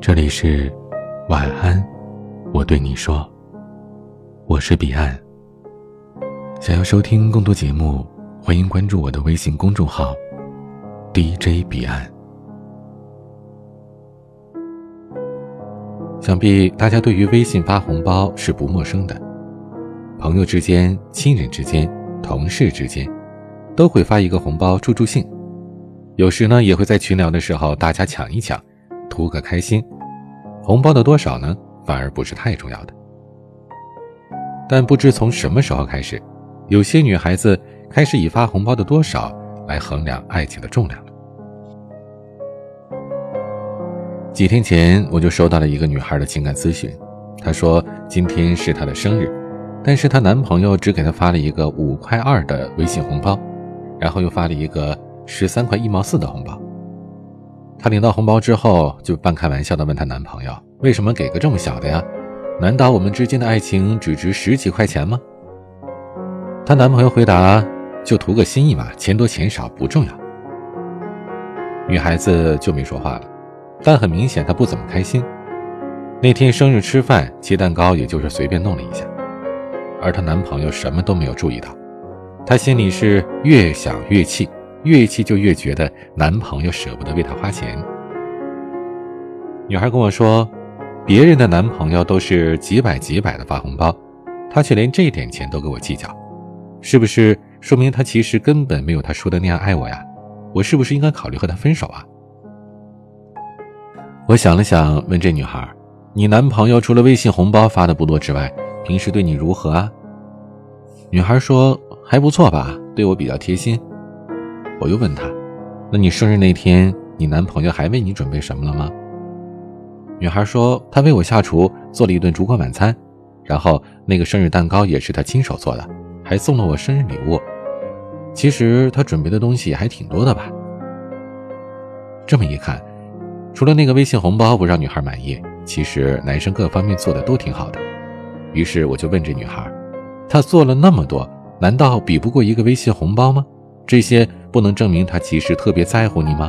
这里是晚安，我对你说，我是彼岸。想要收听更多节目，欢迎关注我的微信公众号 DJ 彼岸。想必大家对于微信发红包是不陌生的，朋友之间、亲人之间、同事之间都会发一个红包助助兴，有时呢也会在群聊的时候大家抢一抢，图个开心。红包的多少呢反而不是太重要的。但不知从什么时候开始，有些女孩子开始以发红包的多少来衡量爱情的重量了。几天前我就收到了一个女孩的情感咨询，她说今天是她的生日，但是她男朋友只给她发了一个5块2的微信红包，然后又发了一个13块1毛4的红包。她领到红包之后就半开玩笑地问她男朋友，为什么给个这么小的呀？难道我们之间的爱情只值10几块钱吗？她男朋友回答，就图个心意嘛，钱多钱少不重要。女孩子就没说话了，但很明显她不怎么开心。那天生日吃饭切蛋糕也就是随便弄了一下，而她男朋友什么都没有注意到。她心里是越想越气，越气就越觉得男朋友舍不得为她花钱。女孩跟我说，别人的男朋友都是几百几百的发红包，她却连这点钱都给我计较，是不是说明她其实根本没有她说的那样爱我呀？我是不是应该考虑和她分手啊？我想了想，问这女孩，你男朋友除了微信红包发的不多之外，平时对你如何啊？女孩说，还不错吧，对我比较贴心。我又问她，那你生日那天你男朋友还为你准备什么了吗？女孩说，他为我下厨做了一顿烛光晚餐，然后那个生日蛋糕也是他亲手做的，还送了我生日礼物。其实他准备的东西还挺多的吧。这么一看，除了那个微信红包不让女孩满意，其实男生各方面做的都挺好的。于是我就问这女孩，他做了那么多，难道比不过一个微信红包吗？这些不能证明他其实特别在乎你吗？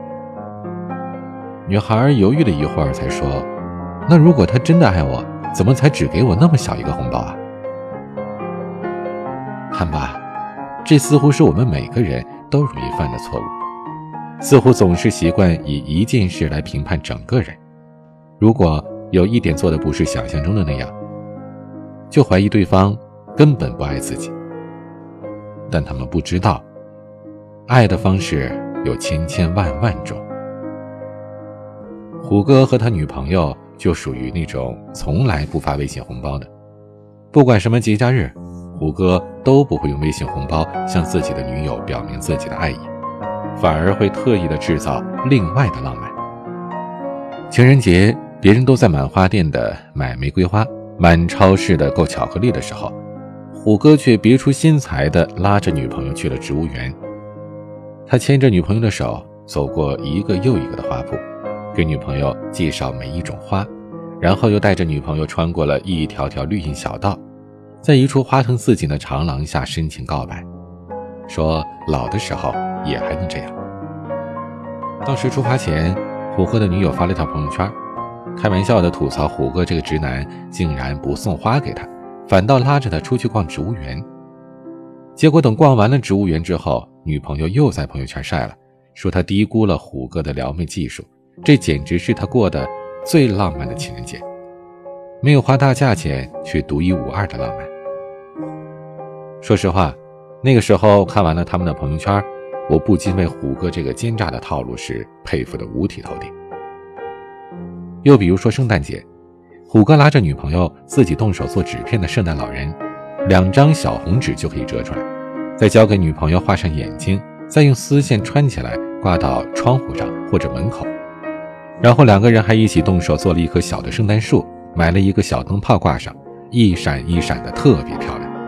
女孩犹豫了一会儿才说，那如果他真的爱我，怎么才只给我那么小一个红包啊？看吧，这似乎是我们每个人都容易犯的错误，似乎总是习惯以一件事来评判整个人，如果有一点做的不是想象中的那样，就怀疑对方根本不爱自己。但他们不知道，爱的方式有千千万万种。虎哥和他女朋友就属于那种从来不发微信红包的，不管什么节假日，虎哥都不会用微信红包向自己的女友表明自己的爱意，反而会特意的制造另外的浪漫。情人节，别人都在满花店的买玫瑰花，满超市的购巧克力的时候，虎哥却别出心裁的拉着女朋友去了植物园。他牵着女朋友的手，走过一个又一个的花圃，给女朋友介绍每一种花，然后又带着女朋友穿过了一条条绿荫小道，在一处花藤似锦的长廊下深情告白，说老的时候也还能这样。当时出发前，虎哥的女友发了条朋友圈，开玩笑的吐槽虎哥这个直男竟然不送花给他，反倒拉着他出去逛植物园。结果等逛完了植物园之后，女朋友又在朋友圈晒了，说他低估了虎哥的撩妹技术，这简直是他过的最浪漫的情人节，没有花大价钱却独一无二的浪漫。说实话，那个时候看完了他们的朋友圈，我不禁为虎哥这个奸诈的套路是佩服的五体投地。又比如说圣诞节，虎哥拉着女朋友自己动手做纸片的圣诞老人，2张小红纸就可以折出来，再交给女朋友画上眼睛，再用丝线穿起来挂到窗户上或者门口，然后2个人还一起动手做了一棵小的圣诞树，买了一个小灯泡挂上，一闪一闪的特别漂亮。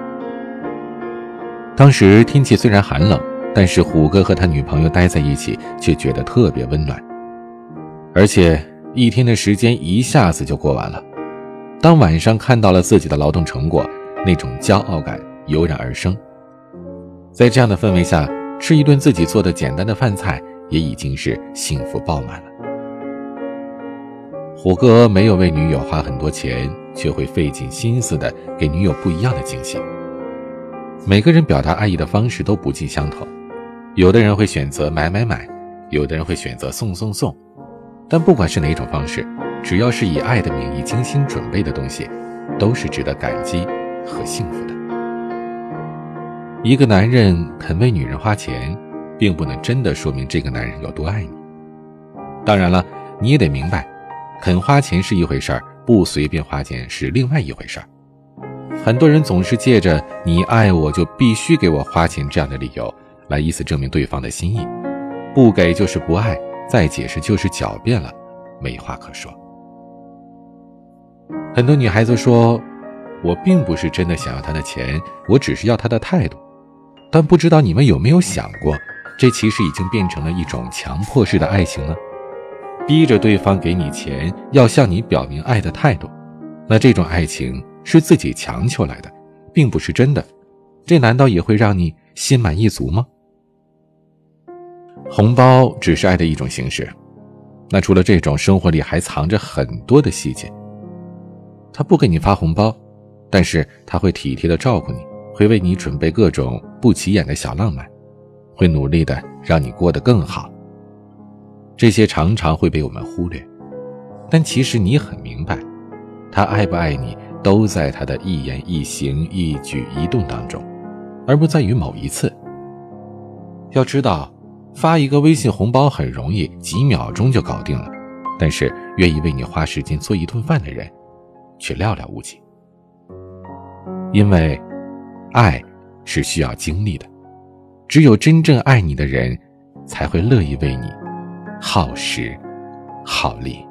当时天气虽然寒冷，但是虎哥和他女朋友待在一起却觉得特别温暖，而且一天的时间一下子就过完了。当晚上看到了自己的劳动成果，那种骄傲感油然而生。在这样的氛围下，吃一顿自己做的简单的饭菜也已经是幸福饱满了。 虎哥没有为女友花很多钱，却会费尽心思的给女友不一样的惊喜。每个人表达爱意的方式都不尽相同，有的人会选择买，有的人会选择送，但不管是哪种方式，只要是以爱的名义精心准备的东西，都是值得感激和幸福的。一个男人肯为女人花钱，并不能真的说明这个男人有多爱你。当然了，你也得明白，肯花钱是一回事儿，不随便花钱是另外一回事儿。很多人总是借着你爱我就必须给我花钱这样的理由，来以此证明对方的心意，不给就是不爱，再解释就是狡辩了，没话可说。很多女孩子说，我并不是真的想要他的钱，我只是要他的态度。但不知道你们有没有想过，这其实已经变成了一种强迫式的爱情了。逼着对方给你钱，要向你表明爱的态度，那这种爱情是自己强求来的，并不是真的，这难道也会让你心满意足吗？红包只是爱的一种形式，那除了这种，生活里还藏着很多的细节。他不给你发红包，但是他会体贴地照顾你，会为你准备各种不起眼的小浪漫，会努力地让你过得更好。这些常常会被我们忽略，但其实你很明白，他爱不爱你都在他的一言一行一举一动当中，而不在于某一次。要知道，发一个微信红包很容易，几秒钟就搞定了，但是愿意为你花时间做一顿饭的人却寥寥无几。因为爱是需要经历的，只有真正爱你的人才会乐意为你耗时耗力。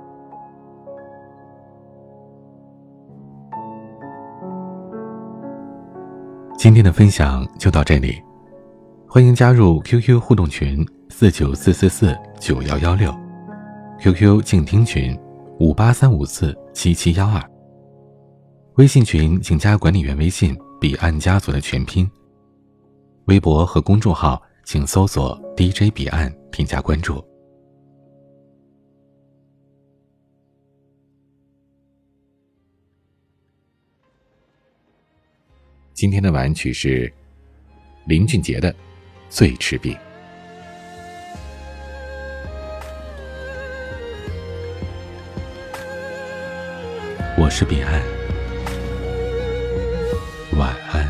今天的分享就到这里，欢迎加入 QQ 互动群494449116， QQ 静听群583547712，微信群请加管理员微信彼岸家族的全拼，微博和公众号请搜索 DJ 彼岸添加关注。今天的晚安曲是林俊杰的《醉赤壁》。我是彼岸，晚安。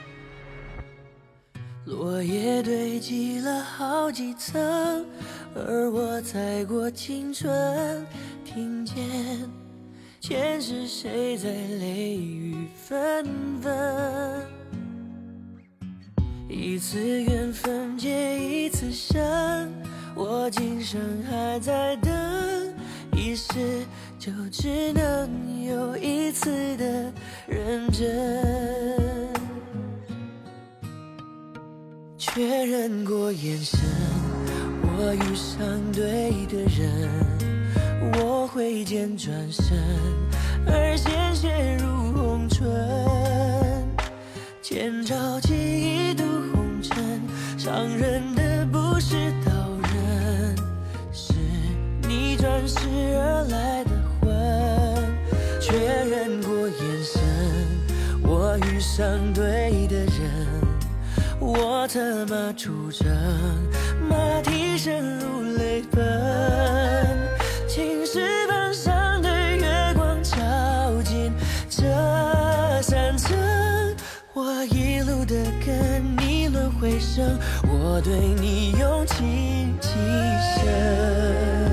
落叶堆积了好几层，而我踩过青春，听见前世谁在泪雨纷纷。一次缘分结一次生，我今生还在等，一世就只能有一次的认真。确认过眼神，我遇上对的人，我挥剑转身，而鲜血如红唇。千朝记一度红尘，伤人的不是刀刃，是你转世而来的魂。确认过眼神，我遇上对的人，我策马出征，马蹄声如泪奔。青石板上的月光照进这山城，我一路的跟你轮回声，我对你用情极深。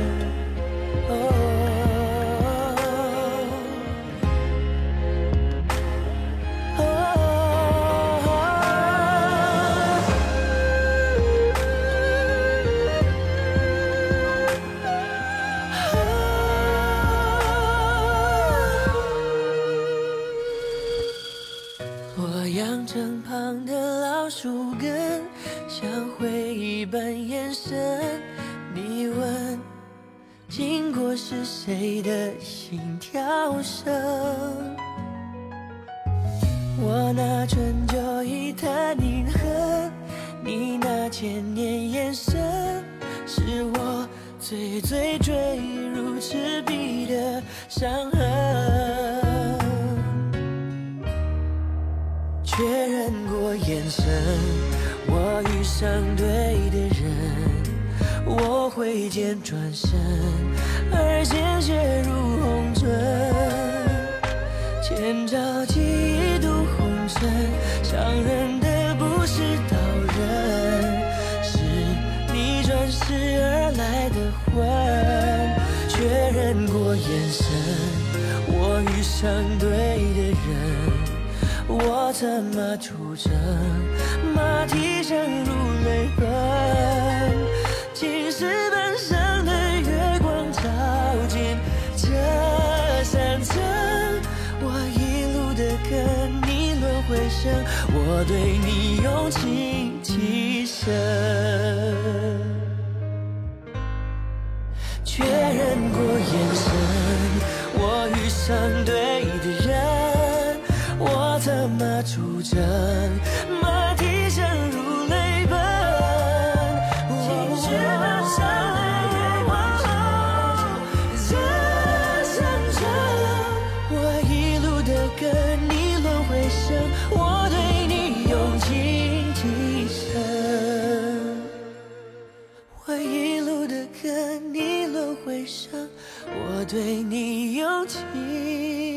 阳城旁的老树根，像回忆般延伸。你问，经过是谁的心跳声？我那春秋一叹凝恨，你那千年眼神，是我最追入赤壁的伤痕。确认过眼神，我遇上对的人，我挥剑转身，而鲜血如红唇。千朝几度红尘，伤人的不是刀刃，是你转世而来的魂。确认过眼神，我遇上对的人，我策马出征，马蹄声如泪奔。青石板上的月光照进这山城，我一路的跟你轮回声，我对你用情极深。确认过眼神，我遇上对的人，我策马出征，马蹄声如泪奔。青石板上的月光照进这山城，我一路的跟你轮回声，我对你用情极深。我一路的跟你轮回声，我对你用情